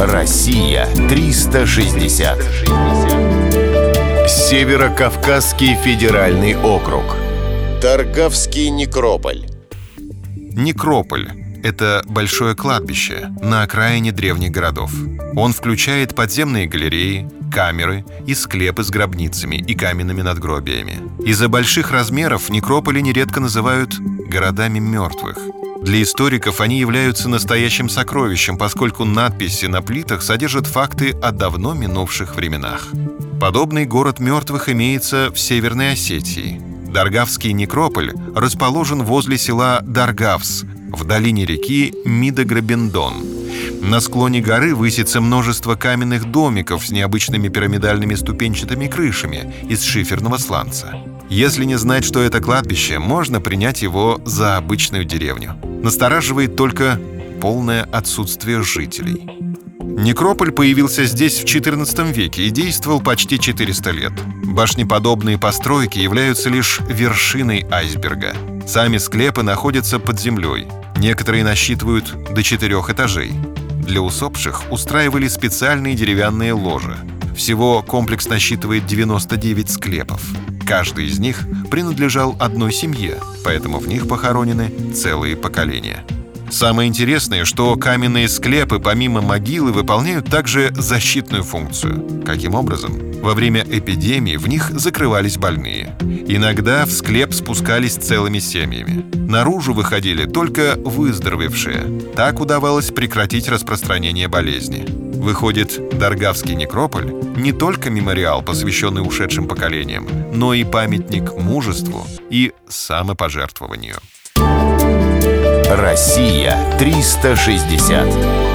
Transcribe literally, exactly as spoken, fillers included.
Россия триста шестьдесят. Северо-Кавказский федеральный округ. Даргавский некрополь. Некрополь — это большое кладбище на окраине древних городов. Он включает подземные галереи, камеры и склепы с гробницами и каменными надгробиями. Из-за больших размеров некрополи нередко называют городами мертвых. Для историков они являются настоящим сокровищем, поскольку надписи на плитах содержат факты о давно минувших временах. Подобный город мертвых имеется в Северной Осетии. Даргавский некрополь расположен возле села Даргавс, в долине реки Мидограбендон. На склоне горы высится множество каменных домиков с необычными пирамидальными ступенчатыми крышами из шиферного сланца. Если не знать, что это кладбище, можно принять его за обычную деревню. Настораживает только полное отсутствие жителей. Некрополь появился здесь в четырнадцатом веке и действовал почти четыреста лет. Башнеподобные постройки являются лишь вершиной айсберга. Сами склепы находятся под землей. Некоторые насчитывают до четырех этажей. Для усопших устраивали специальные деревянные ложа. Всего комплекс насчитывает девяносто девять склепов. Каждый из них принадлежал одной семье, поэтому в них похоронены целые поколения. Самое интересное, что каменные склепы помимо могилы выполняют также защитную функцию. Каким образом? Во время эпидемии в них закрывались больные. Иногда в склеп спускались целыми семьями. Наружу выходили только выздоровевшие. Так удавалось прекратить распространение болезни. Выходит, Даргавский некрополь не только мемориал, посвященный ушедшим поколениям, но и памятник мужеству и самопожертвованию. Россия триста шестьдесят.